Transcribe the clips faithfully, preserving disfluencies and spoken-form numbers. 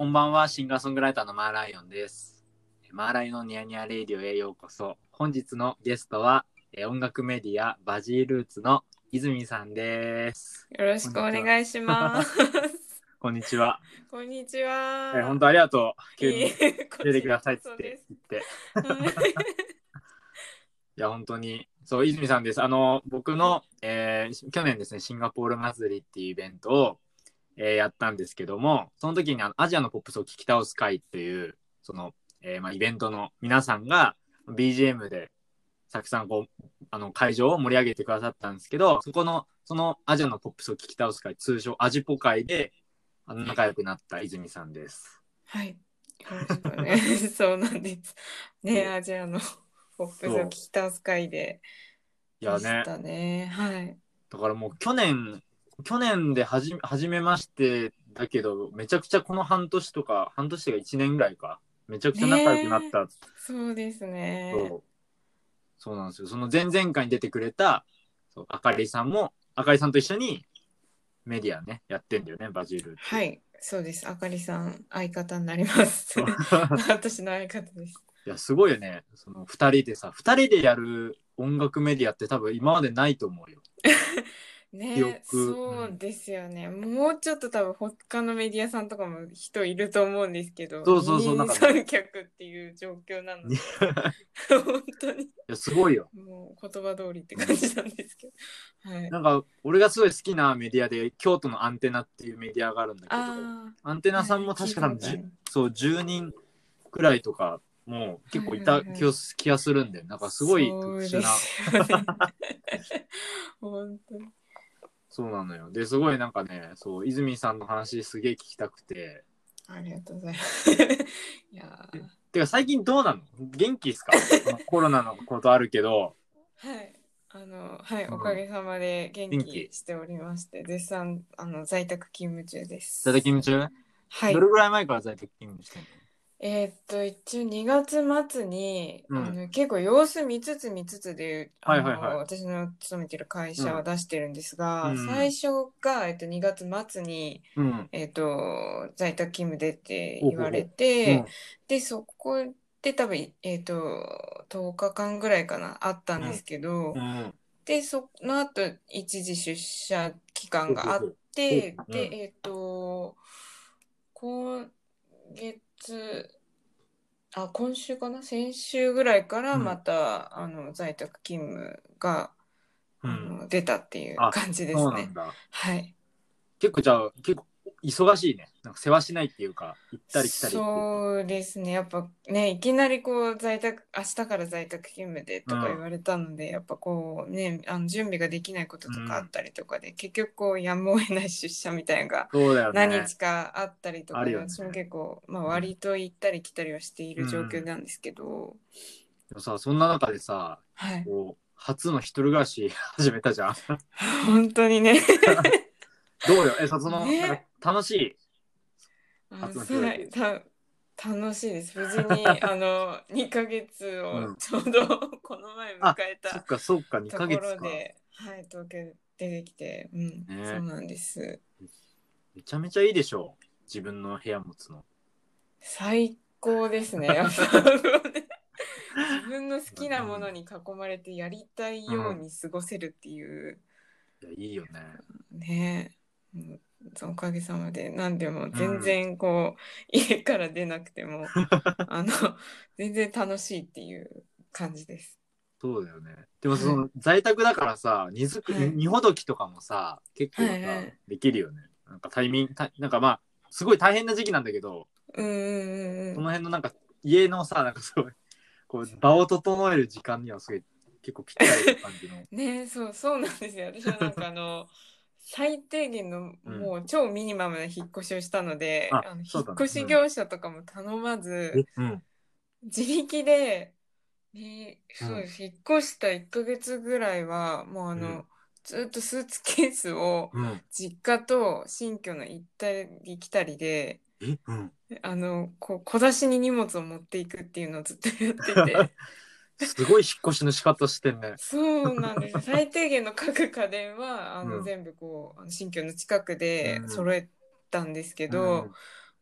こんばんは、シンガーソングライターのマーライオンです。マーライオンのニヤニヤレイディオへようこそ。本日のゲストは音楽メディアバジールーツの泉さんです。 よろしくお願いします。 こんにちは。 こんにちは。 え本当ありがとう。急にいえ、こ出てくだちらこさいっつってそです。 言って。 はい。 いや本当にそう泉さんです。あの僕の、えー去年ですねシンガポール祭りっていうイベントを、えーやったんですけども、その時にあのアジアのポップスを聞き倒す会っていうその、えーまあ、イベントの皆さんが ビージーエム でたくさんこうあの会場を盛り上げてくださったんですけど、そこのそのアジアのポップスを聞き倒す会、通称アジポ会であの仲良くなった泉さんです。 はい。よろしくお願いします。そうなんです。ね、アジアのポップスを聞き倒す会でいやね、 でしたね。はい。 だからもう去年去年ではじ初めましてだけど、めちゃくちゃこの半年とか半年がいちねんぐらいか、めちゃくちゃ仲良くなっねえ、 た。 そうですね。 そうそうなんですよ。その前々回に出てくれたそうあかりさんもあかりさんと一緒にメディアねやってんだよね、バジルって。 はい、そうです。あかりさん、相方になります。私の相方です。 いやすごいよね。そのふたりでさふたりでやる音楽メディアって多分今までないと思うよ。記ね、 憶、うん、 そうですよね。もうちょっと多分他のメディアさんとかも人いると思うんですけど、 そうそうそう、なん二人かね、 三脚っていう状況なのいで、本当にやすごいよ。 もう言葉通りってうん感じなんですけど。はい。 なんか俺がすごい好きなメディアで京都のアンテナっていうメディアがあるんだけど、 あアンテあ、はい、 ナさんも聞い確か多分じたことある。 そうじゅうにんくらいとかもうはい結構いはいはい。 た気が気がするんで、なんかすごいそうで特殊な。 すよね。本当に。 そうなのよ。ですごいなんかね、そう泉さんの話すげえ聞きたくて。 ありがとうございます。いやてか最近どうなの？元気ですか？このコロナのことあるけど。 はい。あの、はい、 うん、 おかげさまで元元気。 気しておりまして、絶賛、あの、在宅勤務中で在宅す。 勤務中？ はい。 どれぐらい前から在宅勤務してんの？ えーっと、一応にがつ末に、 うん。 あの、結構様子見つつ見つつで、あの、 はいはいはい。 私の勤めてる会社はうん。 出してるんですが、最うん。 初が、えっと、にがつ末に、 うん。 えっと、在宅勤務でって言われほうほうほう。うて、 ん。 で、そこで多分、えっと、とおかかんぐらいかな、あったんうん。 ですけど、 うん。 で、その後、一時出社期間があっほうほうほう。ほう。 て、で、 うん。 えっと、今月、あ、今週かな先週ぐらいからまうん。 た、あの、在宅勤務が、 うん。 あの、出たっていうあ、 感じですね。 そうなんだ。 はい。 結構じゃあ、結構忙しいね。なんか世話しないっていうか、行ったり来たりっていうか。 そうですね。やっぱね、いきなりこう、在宅、明日から在宅勤務でうん。 とか言われたので、やっぱこうね、あの準備ができないことうん。 とかあったりとかで、結局こう、やむを得ない出社みたいなのがそうだよね。 何日かあったりとかで、 あるよね。 私も結構、まあうん。 割と行ったり来たりはしている状況うん。 なんですけど、 でもさ、そんな中でさ、 はい。 こう、初の一人暮らし始めたじゃん。 本当にね。 どうよ？え、そその、なんかね。 楽しいあ、 初の一人暮らし。 はい、た、楽しいです。無事に、あの、にかげつをうん。 ちょうどこの前迎あ、 えたそっかそっか、2 とこヶ月か。 ろで、はい、東京出てきて、うん、そうね。 なんです。 めちゃめちゃいいでしょう。自分の部屋持つの。 最高ですね。やっぱね、自分の好きなものうん。 に囲まれてやりたいうん。 ように過ごせるっていう、 いや、いいよね。 ね、うん、おかげさまで、なんでも全うん。 然こう、家から出なくても、あの、全然楽しいっていう感じです。 そうだよね。でもそはい。 の在宅だからさ、荷造り、 はい。 荷ほどきとかもさ、結構さ、 はいはい。 できるよね。なんかタイミング、たなんかまあ、すごい大変な時期なんだけど、 うんうんうんその辺のなんか家のさ、なんかすごい、こう場を整える時間にはすごい結構ぴったりな感じの。 うん。ね、そう、そうなんですよ。私はなんかあの、最低限のうん。 もう超ミニマムな引っ越しをしたので、 あ、 あの、引っそうだね。うん。 越し業者とかも頼まえ、 ず、 うん。 自力で、ね、 うん。 そうです。引っ越したいっかげつぐらいは、もうあうん。 の、ずっとスーツケースをうん。 実家と新居の行ったり来たりで、 え、うん。 あの、こう、小出しに荷物を持っていくっていうのをずっとやってて、 すごい引っ越しの仕方してんね。 そうなんですよ。最低限の各家電は、あの、 うん。 全部こう、あの新居の近くでうん。 揃えたんですけど、 うん。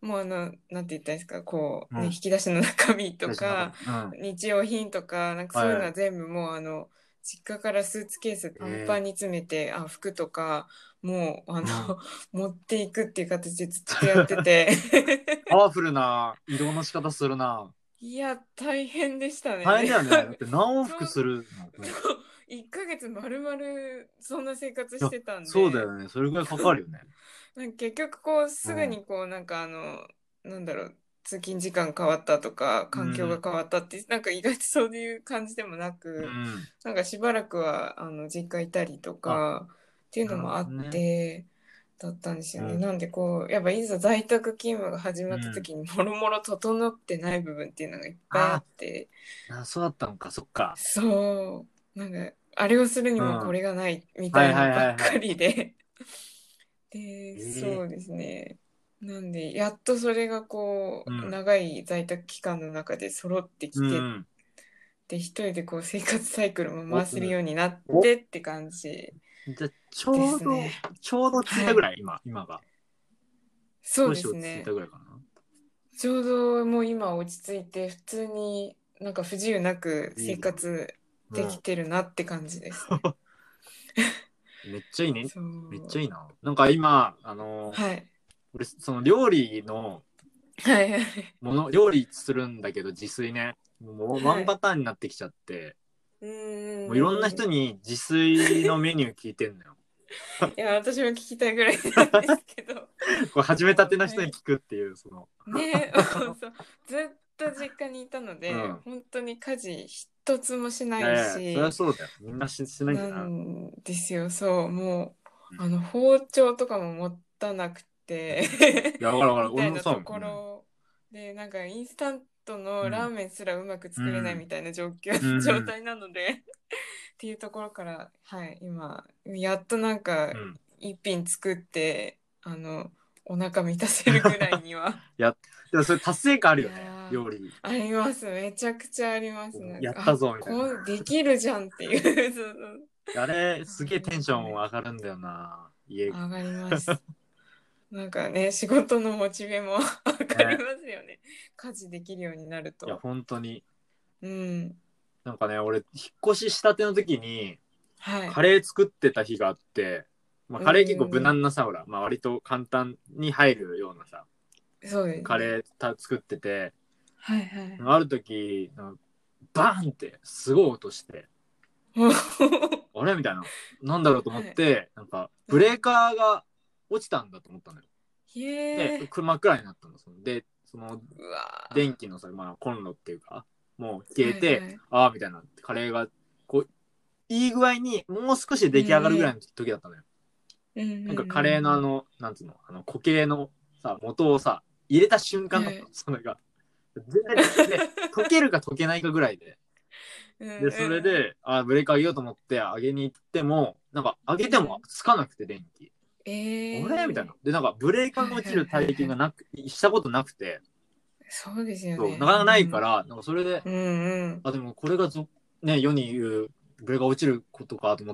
もうあのなんて言ったんですか、こうね、 うん引き出しの中身とかうん。 日用品とかなんかそういうのは全部もうあの実家からスーツケースパンパンに詰めて、あ服とかもうあの、 うん持っていくっていう形でずっとやっててパワフルな移動の仕方するな。 いや大変でしたね。で大変だよね。だって何往復そうするの。うん、いいっかげつまるまるそんな生活しや、 てたんで、 そうだよね。それぐらいかかるよね。 なんか結局こうすぐうん。 にこうなんかあのなんだろう通勤時間変わったとかう環境がん。 変わったってなんか意外とそういう感じでもなうく、 ん。 なんかしばらくはあの実家いたりとあ、 かっていうなるのもあっほどね。 てだったんですよね。 うん。 なんでこうやっぱいざ在宅勤務が始まったうん。 時にもろもろ整ってない部分っていうのがいっぱいああって、 あ、そうだったのか。そっか。 そうなんかあれをするにうん。はもこれがないみいはいたいのばっかはいはい。 りでで、 ええそうですね。なんで、やっとそれがこう、 うん。 長い在宅期間の中で揃ってきて、 うん。 で、一人でこう、生活サイクルもお、 回せるうん。 ようになっお、 てって感じじゃあ、ちでょうど、 すね。 ちょうどついはい。 たぐらい、今、今が。 そうで少し落ち着いたすね。 ぐらいかな。 ちょうどもう今落ち着いて、普通になんか不自由なく生いいな。 活できうん。 てるなって感じですね。 めっちゃいいね。 そめっちゃう。 いいな。なんか今、あのーはい。 俺、その料理のはいはい。 もの、料理するんだけど自炊ね。もうワはい。 ンパターンになってきちゃって、 うんうんもういろんなうん。 人に自炊のメニュー聞いてんのよ。 いや、私も聞きたいぐらいなんですけど。 こう始めたての人にもう大聞くっていう、その、 ねそうずっと実家にいたのでうん。 本当に家事一つもしないいやいや、そりゃしそうだよ。みんなし、しないんなだな。 んですよ。そうもうん。 うあの包丁とかも持たなくていや、わかるわかる。 みた俺もそう。 いなとこうん。 ろでなんかインスタントのラーうん。 メンすらうまくう作れないん。 みたいな状況、 うん。 状態なのでっていうところからはい今やっとなんかうん。 一品作ってあのお腹満たせるぐらいにはや、でもそれ達成感あるいよね。 や料理。 ー、あります。めちゃくちゃあります。なんか、あ、 やったぞ、みたいな。 こう、できるじゃんっていう。そうそうあれ、すげえありテンションますね。 上がるんだよな。家。 上がります。なんかね、仕事のモチベも上がりね。 ますよね。家事できるようになるいや、 と。 本当に。 うん。 なんかね、俺、引っ越ししたての時に、 はい。 カレー作ってた日があって、まあ、 うカレー結構無ん。 難なさ、ほら、まあ、割と簡単に入るようなさ、 そうですカレね。 ーた作ってて、 はいはい。 ある時、バーンってすごい音して、あれみたいな。なんだろうと思はい。 って、なんか、ブはい。 レーカーが落ちたんだと思ったのよ。 へで、 え。 真っ暗になったの。そので、そのうわ電気のさ、まあ、コンロっていうか、もうー。 消えて、 はいはい。 ああ、みたいな。カレーが、こう、いい具合にもう少しうん出来上がるぐうん。 らいの時だったのよ。 うんうんなんかカレーのうんあの、なんつうの、あの固形のさ、元をさ、入れた瞬うん。 間だったの。 はい。 それが。全然、で、溶けるか溶けないかぐらいで。 うんで、それうで、あ、ブレーカー上げようと思って上げに行っても、なんか上げん。うてもん。 つかなくて、電気。 えあれみたいな。 えで、なんかブレーカーが落ちはいはいる体はいはい。 験がなく、したことなくて、 そうですよそう、なかなね。 かうん。 ないから、なんかそれで、 うんうん。 あ、でもこれがぞ、ね、世に言う、ブレーカー落ちることかと思って、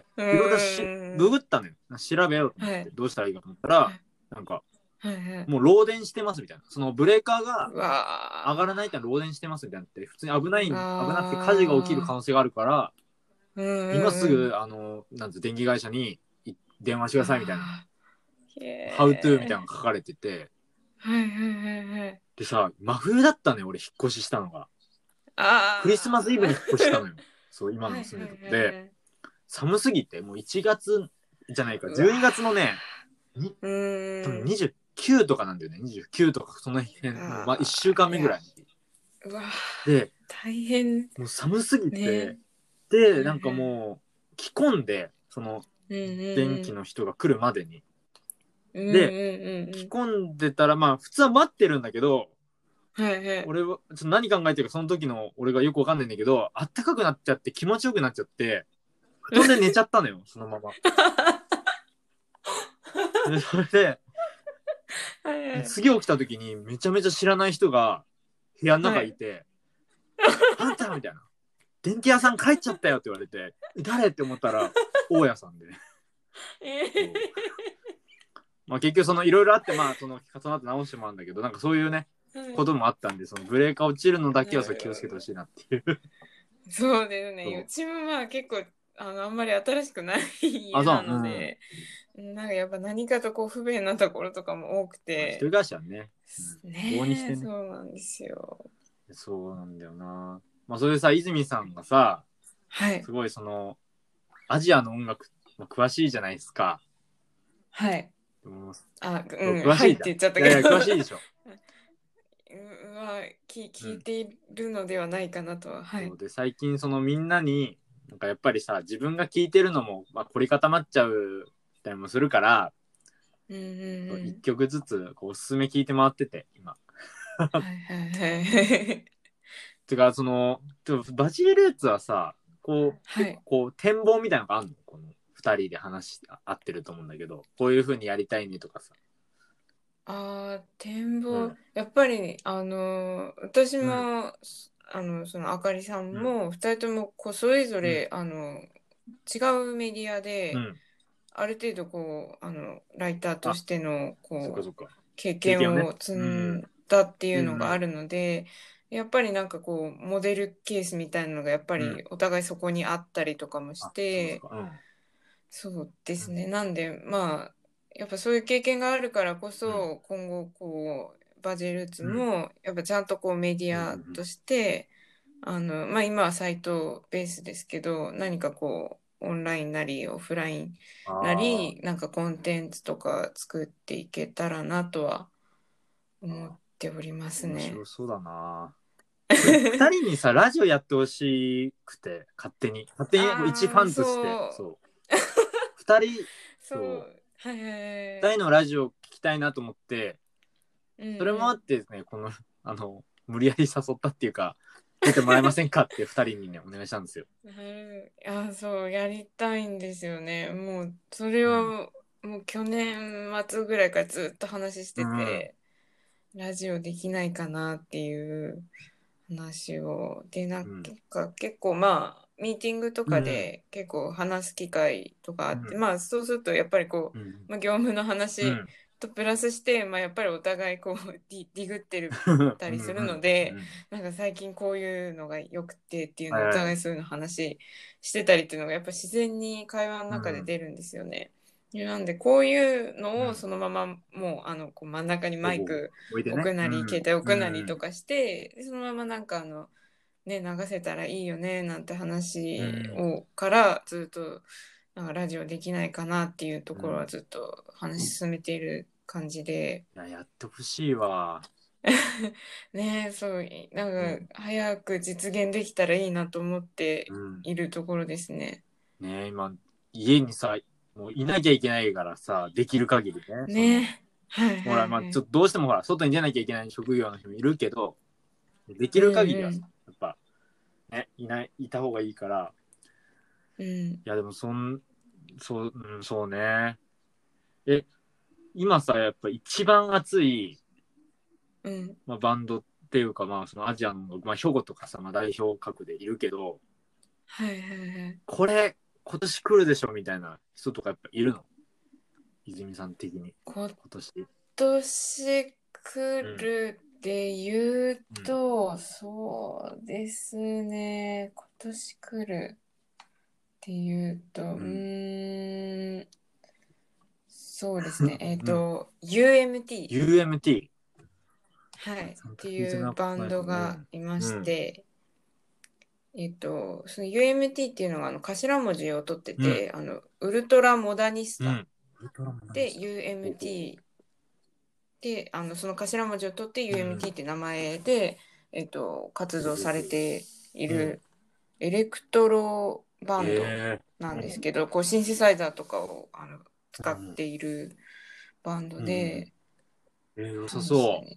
ういろいろし、グん。 グったのよ。調べようと思って、 はい。 どうしたらいいかと思ったら、 はい。 なんか、 はいはい。 もう漏電してますみたいな。そのブレーカーがうわ上がらないって漏電してますみたいなって、普通に危ない、 ー。 危なくて火事が起きる可あ能性があるから、 ー。うんうんうん。 今すぐ、あの、なんつう、電気会社に電話してくださいみたいな、 あー。へ How to みたいなのえ。 が書かれてて、 はいはいはいはい。 でさ、真冬だったね、俺引っ越ししたのが。クリスマスイブあに引っ越したのー。 よ。そう、今はいの住んでるとこで、 はいはいはい。 寒すぎて、もういちがつじゃないか、 うわじゅうにがつのね、にー。う多分ーん。 にじゅうきゅうとかなんだよね。にじゅうきゅうとか、その辺、もうまあ1週間あー。いや、 目ぐらい。 うわー。 で、 大変もう寒すぎね。 て、で、 はいはい。 なんかもう、着込んで、その、 うんうん電気の人が来るまでに。 うん。うんで、 うんうんうん。 着込んでたら、まあ、普通は待ってるんだけど、 はいはい。 俺は、ちょっと何考えてるか、その時の俺がよくわかんないんだけど、あったかくなっちゃって気持ちよくなっちゃって、布団で寝ちゃったのよ、そのまま。で、それで、 はいはい。 次起きた時にめちゃめちゃ知らない人が部屋のはい。 中にいて、あんたみたいな。電気屋さん帰っちゃったよって言われて、誰って思ったら、大家さんで。 えそうーまあ、結局そのいろいろあってまあそのその後直してもらうんだけどなんかそういうねこともあったんでそのブレーカー落ちるのだけはそう気をつけてほしいなっていうそうですね。 そううちもまあ結構あのあんまり新しくないあそう家なので、なんかやっぱ何かとこう不便なところとかも多くうん、一人て、 暮らしはね、うん、どうにしねえ、 てねそうなんですよ。 そうなんだよな。まあそれでさ泉さんがさはい。 すごいそのアジアの音楽詳しいじゃないですか。 はい。 もうあ、うん、 詳しいじゃん。 はいって言っちゃったけど。 いやいや詳しいでしょ。 うん、まあ、き、 うん。 聞いているのではないかなとは。はい。 そうで最近そのみんなになんかやっぱりさ自分が聞いてるのも、まあ、凝り固まっちゃうたりもするからうんうんう一ん。 曲ずつこうおすすめ聞いて回ってて今。 はいはいはい。 てかそのバジルルーツはさこうはい。 結構こう展望みたいなのがあるのこのふたりで話し合ってると思うんだけどこういう風にやりたいねとかさ。 ああ、展望、 うんやっぱり、あの、私うんも、あの、そのあかりさんうんも、二人とも、こう、それぞうんれ、あの、違うメディアで、 うんある程度、こう、あの、ライターとあしての、こう、 そっかそっか経経験をね。 験を積うんんだっていうんううのがあるんので、やっぱりなんかこう、モデルケースみたいなのが、やっぱうんりお互いそこにあったりとかもしあそうそって、 かうんそうですね。なんで、まあ、やっぱそういう経験があるからこうんそ、今後、こう、バジェルーツうんも、やっぱちゃんとこうメディうんうんうんアとして、あの、まあ今はサイトベースですけど、何かこう、オンラインなり、オフラインなああり、なんかコンテンツとか作っていけたらなとは思っております面白ね。 そうだな。俺二人にさラジオやってほしくて勝手に勝手にもう一フああ、 ァンとしてそう、 そう二人そう、 そうはいはいはい。 二人のラジオ聞きたいなと思ってうんそれもあうん。 ってですねこのあの無理やり誘ったっていうか出てもらえませんかって二人にねお願いしたんですよ。 はい、あ、そう、やりたいんですよね。もう、それうんは、もう去年末ぐらいからずっと話してうんうんて、ラジオできないかなっていう話を。で、なんうんか結構まあ、ミーティングとかうんで結構話す機会とかあって、 うんまあそうするとやっぱりこう、 うんまあ、業務の話うんとプラスして、まあやっぱりお互いこうディ、ディグってるうんたりするうんので、 うんなんか最近こういうのが良くてっていうのをおはいはい互いそういうの話してたりっていうのがやっぱ自然に会話の中でうん出るんですよね。でなんでこういうのをうんそのままもうあのこう真ん中にほうほうほうマイク置いてね置くなり、 うん携帯置うくなりとんかして、でそのままなんかあの、ね、流せたらいいよねなんて話うんをからずっとなんかラジオできないかなっていうところはうんずっと話し進めている感じで。 いややってほしいわ。 ねえ、そう、なんうんか早く実現できたらいいなと思ってうんいるところですね。 ねえ、今、家にさ、もういなきゃいけないからさ、できる限りね、その、 ねえ、はいほら、まあ、 はいはい。 ちょっとどうしてもほら、外に出なきゃいけない職業の人もいるけど、できうんる限りはさ、 うやっぱ、ね、いない、いた方がいいから、 ん。うん。 いや、でも、そん、そう、うん、そうね。え、今さ、やっぱ一番熱い、 うん。 まあ、バンドっていうか、まあ、そのアジアの、まあ、兵庫とかさ、まあ、代表格でいるけど、 はいはいはい。 これ、今年来るでしょ、みたいな人とかやっぱいるの泉さん的に、 今今年。 年うん。 来るで言ううん。 と、そうですね。今年来るって言うと、ううん。 ーん、そうですね。えっうん。 と、ユーエムティー。 ユーエムティー。 はい。っちゃんとて聞いてないうバンドないかも。 がいまうん。 しうん。 て、えっと、その ユーエムティー っていうのがあの頭文字を取ってうん。 て、あの、ウルトラモダニスタうん。ウルトラマンででした。ほうほうほユーエムティー で、あの、その頭文字を取ってう。うん。 ユーエムティー って名前で、えっと、活動されていうん。 るエレクトロバンドえなんですー。 けど、こうシンセサイザーとかをあの使っうん。 ているバンドうん。うん。 で、 えー、良さそうですそね。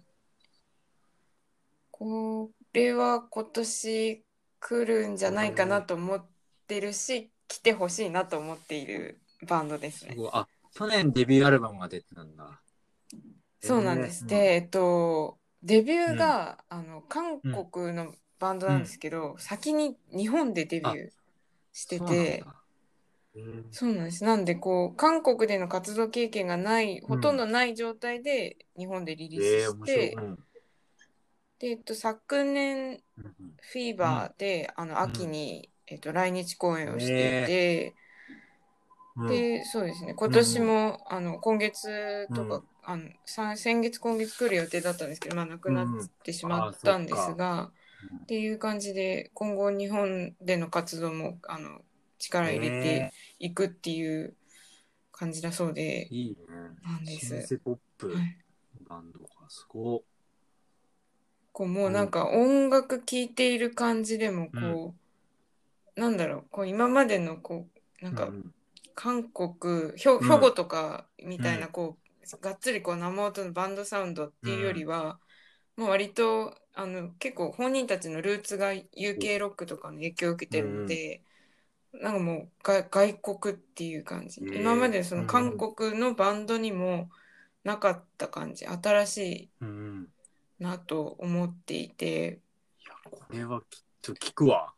これは今年来るんじゃう。 ないかなえー、 と思ってるし、来てほしいなと思っているバンドですね。 すごい。あ、去年デビューアルバムが出てたんだ。えそうなんでー、 す。で、 うん。 えっと、デビューうん。 があの韓うん。 国のバンドなんでうん。 すけど、先に日本でデあ、 ビューしてそうなんて、 だ。 そうなんです。なんでこう韓国での活動経験がない、ほとんどない状態で日本でリリースえー、 し面白い。 て、 うんで、えっと、昨年うんフィーうんバーであの秋に、えっと、来日公演をしていえて、 ー、うんで、そうですね、今年うんもあの今月とか、 うんあのさ先月今月来る予定だったんですけど、まあ、なくなっうん。 てしまああ、 ったんですそっか。 が、っていう感じで今後日本での活動もあの力入れてえいくっていう感じだそうで、 ー、いいね。 なんです。 シンセポップはい。 バンドか、すご。 こうもううん。 なんか音楽聴いている感じでもうん。 こうなんだろう、こう今までのこうなんかうん。 韓国兵うん。 兵庫とかみたいなうん。 こうがっつりこう生音のバンドサウンドっていうよりうん。 は、もう割とあの結構本人たちのルーツが ユーケー ロックとかの影響を受けてるのうん。 で、なんかもうが外国っていう感じ。今まえでそー、 の韓うん。 国のバンドにもなかった感じ、新しうん。 いなと思っていて、 いや、これはきっと聞くわ。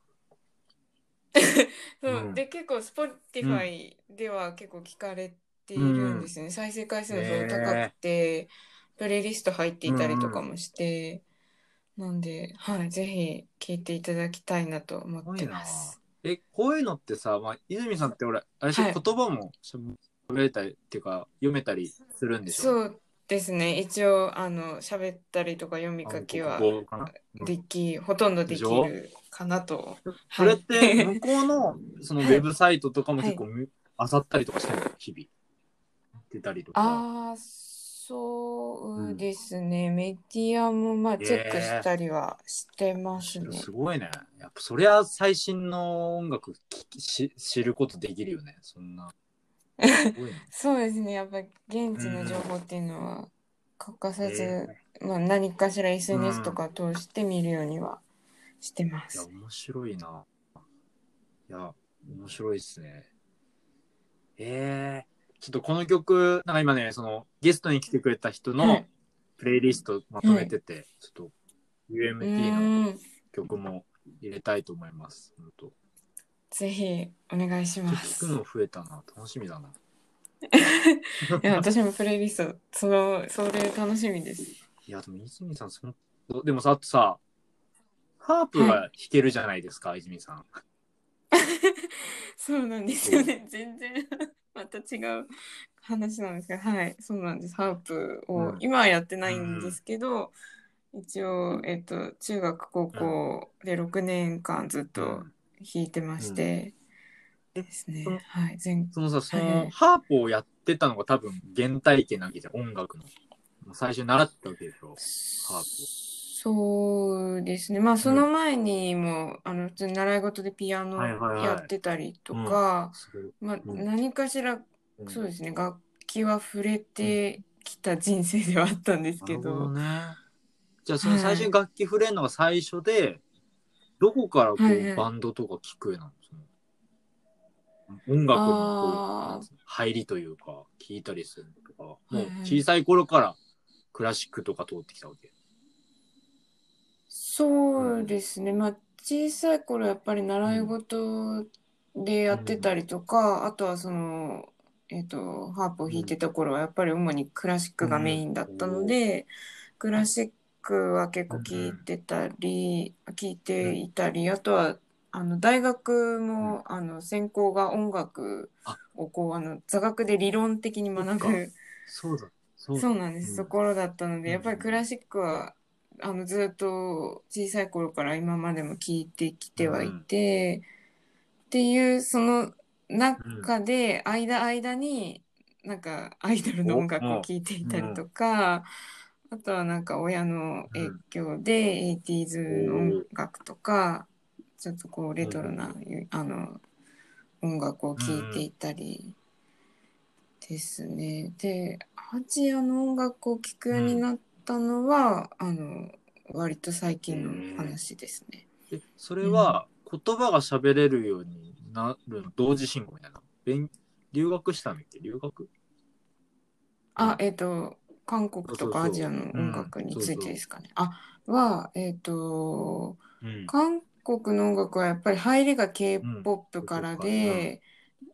そう、 うん。 で、結構うん。 Spotify では結構聞かれてういるんでん。 すよね。再生回数もすごい高くえて、プレイリスト入ってー、ういたりんうん。 とかもして、なんで、はい、ぜひ聞いていただきたいなと思ってすごいな。 ます。 え、こういうのってさ、まあ、泉さんって俺、あれしはい。 言葉も喋れたりっていうか、読めたりするんでしょ？ そうですね。一応、あの、喋ったりとか読み書韓国きは語かな、うん、 でき、ほとんどできでしょ？ るかなと。 それっはい。 て向こうのそのウはい。 ェブサイトとかもはい。 結構見漁ったりとかしてるの日々。出たりとか。 ああ、そううん。 ですね。メディアもまあチェックしええたりはしてまー、 すね。 すごいね。やっぱそりゃ最新の音楽聞きし知ることできるよね。そんな。すごいな。 そうですね。やっぱり現地の情うん。 報っていうのは欠かさず、 ええまあ、何かしら エスエヌエス とー、うん。 か通して見るようにはしてまいや、 す。 面白いな。いや、面白いっすね。ええー、ちょっとこの曲、なんか今ね、そのゲストに来てくれた人のはい。 プレイリストまとはい。 めてて、ちょっとうユーエムティー のーん。 曲も入れたいと思います。本当。 ぜひお願いしちょっと聞くます。 の増えたな。楽しみだな。 いや、私もプレイリスト、その、それ楽しみです。 いや、でも泉さん、その、でもさ、あとさ、ハープはい。 が弾けるじゃないですか、泉さん。 そうなんですよそね。全然また違う話なんですけど、はい、そうなんです。ハープう。うを、 ん。 今はやってなういんでん。 すけど、一応、えっと、中学、高うん。 校でろくねんかんずっとうん。 弾いてまうん。 してえ、 ですね。 その、 はい、全、 そのさ、その、 はい。 ハープをやってたのが多分原体験なわけじゃん、音楽の。もう最初に習ったわけでしょ、ハープを。 そうですね。まあ、そのうん。 前にも、あの、普通に習い事でピアノはいはいやっはい。 てたりとうん。 か、 すごい。 まあ、 うん。 何かしら、 うん。 そうですね、楽器は触れうん。 てきた人生ではあったんですなるほどけど、 ね。じゃあその最初にはい。 楽器触れるのが最初で、どこからこうはいはい。 バンドとか聞くようなの？その音楽のこう、なんあつうの入りというか、聞いたりするのとか、 あ、はいもうはい。 小さい頃からクラシックとか通ってきたわけ。 そううん。 ですね。まあ、小さい頃やっぱり習いうん。 事でやってうん。 たりとか、あとはその、えっと、ハープをうん。 弾いてた頃はやっぱり主にクラシックがメイうん。 ンだったのおー。 で、クラシックは結構うん。 聞いてたり、聞いうん。 ていたり、あとは、あの、大学うん。 も、あの、専攻が音楽あ、 をこう、あの、座学で理論的にそっか。 学ぶ、 そうだ。そうだ。 そうなんです、とうん。 ころだったので、 うん。うやっぱりクラシックは、あの、ずっと小さい頃から今までも聞いてきん。うてはいん。 て、っていう、そのうん。 中で、間間に、なんか、アイドルのお、 音楽をうん。 聴いていうん。 たりとか、あとはなんか親の影うん。 響で、エイティーズの音おー。 楽とか、ちょっとこう、レうん。 トロな、 うん。 あの、音楽をうん。 聴いていたりですね。で、アジアの音楽を聴くようにうん。 なったのは、あの、割と最近のえ話ですね。 ー、え、それうん。 は言葉が喋れるようになるの同時進行みたいな。勉留学したんだっけ？留学？うあ、 ん。 えっと、韓国そうとかアジそうそアのう。うん。 音楽についてでそうそすかね。あ、は、えっと、 う。うん。 韓国の音楽はやっぱり入りがうん。 K-ポップヒップからホップから。うん。 で、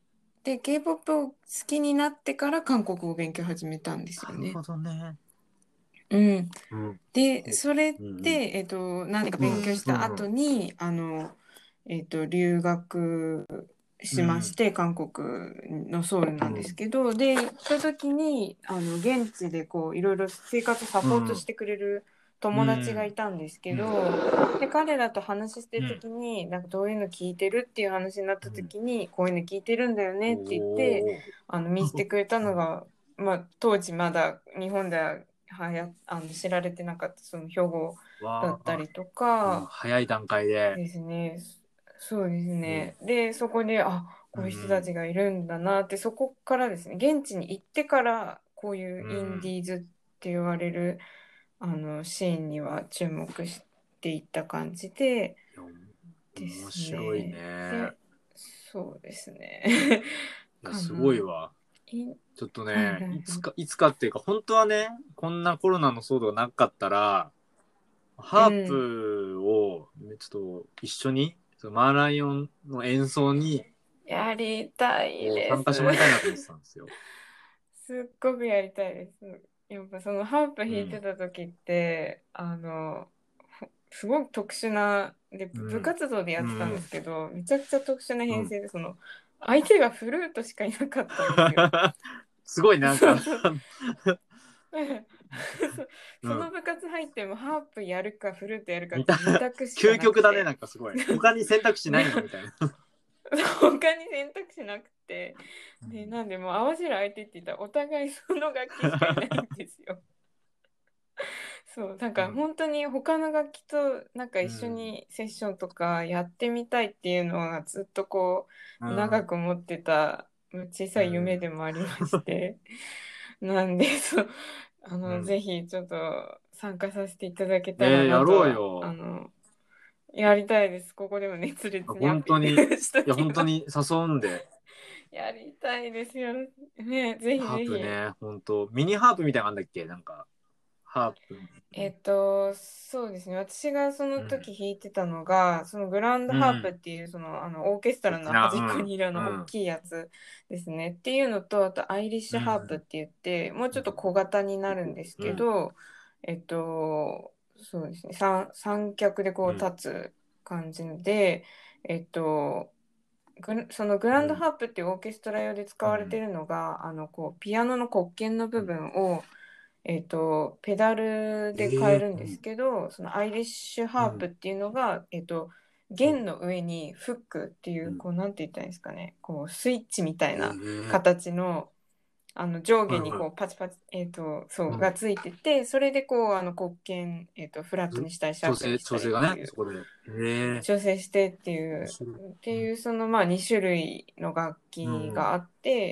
で K-ポップ を好きになってから韓国語を勉強始めたんですよね。 なるほどね。 うん、 うんでそれで、 うんうんえっと、何か勉強した後に、あの、えっと、留学しまして、韓国のソウルなんですけど、で行った時にあの現地でこういろいろ生活サポートしてくれる友達がいたんですけど、で彼らと話してる時に、なんかどういうの聞いてるっていう話になった時に、こういうの聞いてるんだよねって言ってあの見せてくれたのが、まあ、当時まだ日本でははやあの知られてなかったその兵庫だったりとか早い段階でですね。そうですね。でそこであこういう人たちがいるんだなって、そこからですね、現地に行ってからこういうインディーズって言われるあのシーンには注目していった感じでですね。 面白いね。 でそうですね。 いやすごいわ。ちょっとね、 はいはいはい、 いつかいつかっていうか本当はね、こんなコロナの騒動がなかったらハープをちょっと一緒に、そのマーライオンの演奏にやりたいです。 参加してもらいたいなと思ってたんですよ。 すっごくやりたいです。やっぱそのハープ弾いてた時って、うん、あのすごく特殊なで部活動でやってたんですけど、うん、めちゃくちゃ特殊な編成で、その相手がフルートしかいなかったんですよ。 すごいなんかその部活入ってもハープやるかフルートやるかってに択しかなくて究極だね、なんかすごい他に選択肢ないのみたいな他に選択肢なくて、でなんでもう合わせる相手って言ったらお互いその楽器しかいないんですよ。そうなんか本当に他の楽器となんか一緒にセッションとかやってみたいっていうのはずっとこう長く持ってた小さい夢でもありまして、なんでそうあの、うん、ぜひちょっと参加させていただけたらなと、 えー、やろうよ。 あのやりたいです。ここでも熱烈に本当にいや本当に誘うんでやりたいですよね。ぜひぜひ。 ハープね、本当ミニハープみたいなのあんだっけ、なんかハープ。 えっとそうですね。私がその時弾いてたのが、うん、そのグランドハープっていう、そのあのオーケストラの端っこにいるあの大きいやつですね、うん、っていうのと、あとアイリッシュハープって言って、うん、もうちょっと小型になるんですけど、うん、えっとそうですね、三三脚でこう立つ感じで、えっとそのグランドハープっていうオーケストラ用で使われているのが、うん、あのこうピアノの黒鍵の部分を、えーと、ペダルで変えるんですけど、えー、そのアイリッシュハープっていうのが、うん、えーと、弦の上にフックっていう、うん、こうなんて言ったらいいんですかね、こうスイッチみたいな形の、あの上下にこうパチパチ、えーと、そう、うん、がついてて、それでこうあの黒鍵、えーと、フラットにしたりシャープにしたりっていう、調整、調整がね、そこで調整してっていうっていうそのまあに種類の楽器があって、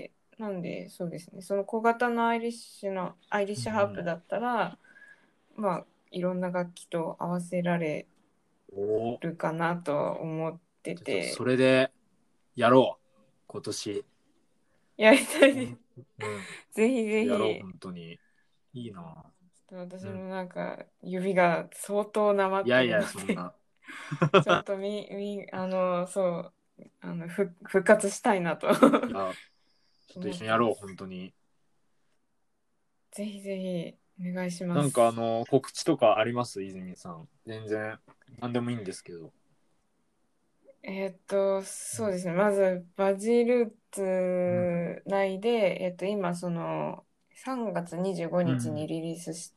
うん、なんでそうですね、その小型のアイリッシュのアイリッシュハープだったら、うん、まあいろんな楽器と合わせられるかなとは思ってて、 それでやろう今年。 やりたいです、うん、ぜひぜひやろう、本当にいいな。 私もなんか指が相当なまってるので、いやいやそんなちょっとみみあのそうあのふ復活したいなと。いやちょっと一緒にやろう本当に。 ぜひぜひお願いします。 なんかあの告知とかあります泉さん？全然何でもいいんですけど。 えっとそうですね、まずバジルーツ内で、うん、えっと今そのさんがつにじゅうごにちにリリースした、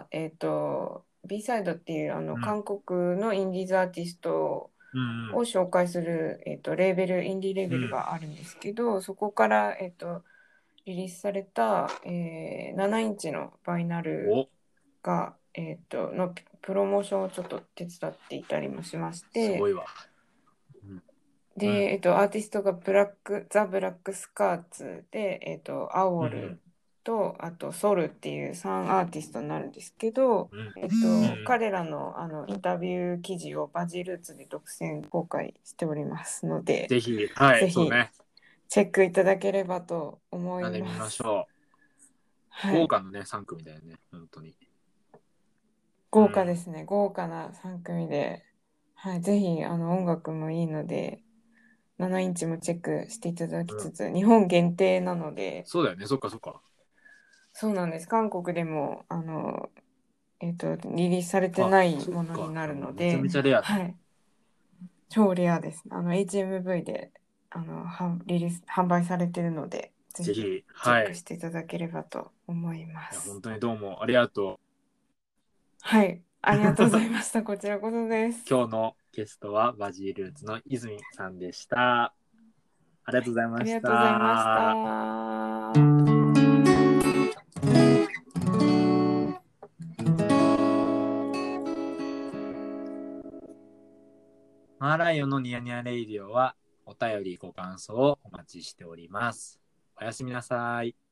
うん、えっと B サイドっていうあの、うん、韓国のインディーズアーティストを紹介する、えっと、レーベルインディーレーベルがあるんですけど、そこから、えっと、リリースされた、えー、ななインチのバイナルが、えっと、のプロモーションをちょっと手伝っていたりもしまして、 すごいわ。 で、うん、えっと、アーティストがブラックザ・ブラックスカーツで、えっと、アオルと、うん、あとソルっていうさんアーティストになるんですけど、うん、えっと、うん、彼らのあのインタビュー記事をバジルーツで独占公開しておりますので、 ぜひ、はい、 ぜひそうね、 チェックいただければと思います。 見ましょう。はい、豪華なねさん組だよね、本当に。 豪華ですね、うん、豪華なさん組で、はい、ぜひあの音楽もいいので、 ななインチもチェックしていただきつつ、うん、日本限定なので。 そうだよね、そっかそっか。 そうなんです。韓国でも、あの、えっと、リリースされてないものになるので、 めちゃめちゃレアだ。 はい。超レアです。あの、エイチエムブイ で、あの、リリース、販売されてるので、ぜひ、チェックしていただければと思います。 はい、いや、本当にどうもありがとう。 はい、ありがとうございました。こちらこそです。 今日のゲストはバジールーツの泉さんでした。ありがとうございました。 ありがとうございました。 マーライオンのニヤニヤレイディオはお便りご感想をお待ちしております。おやすみなさい。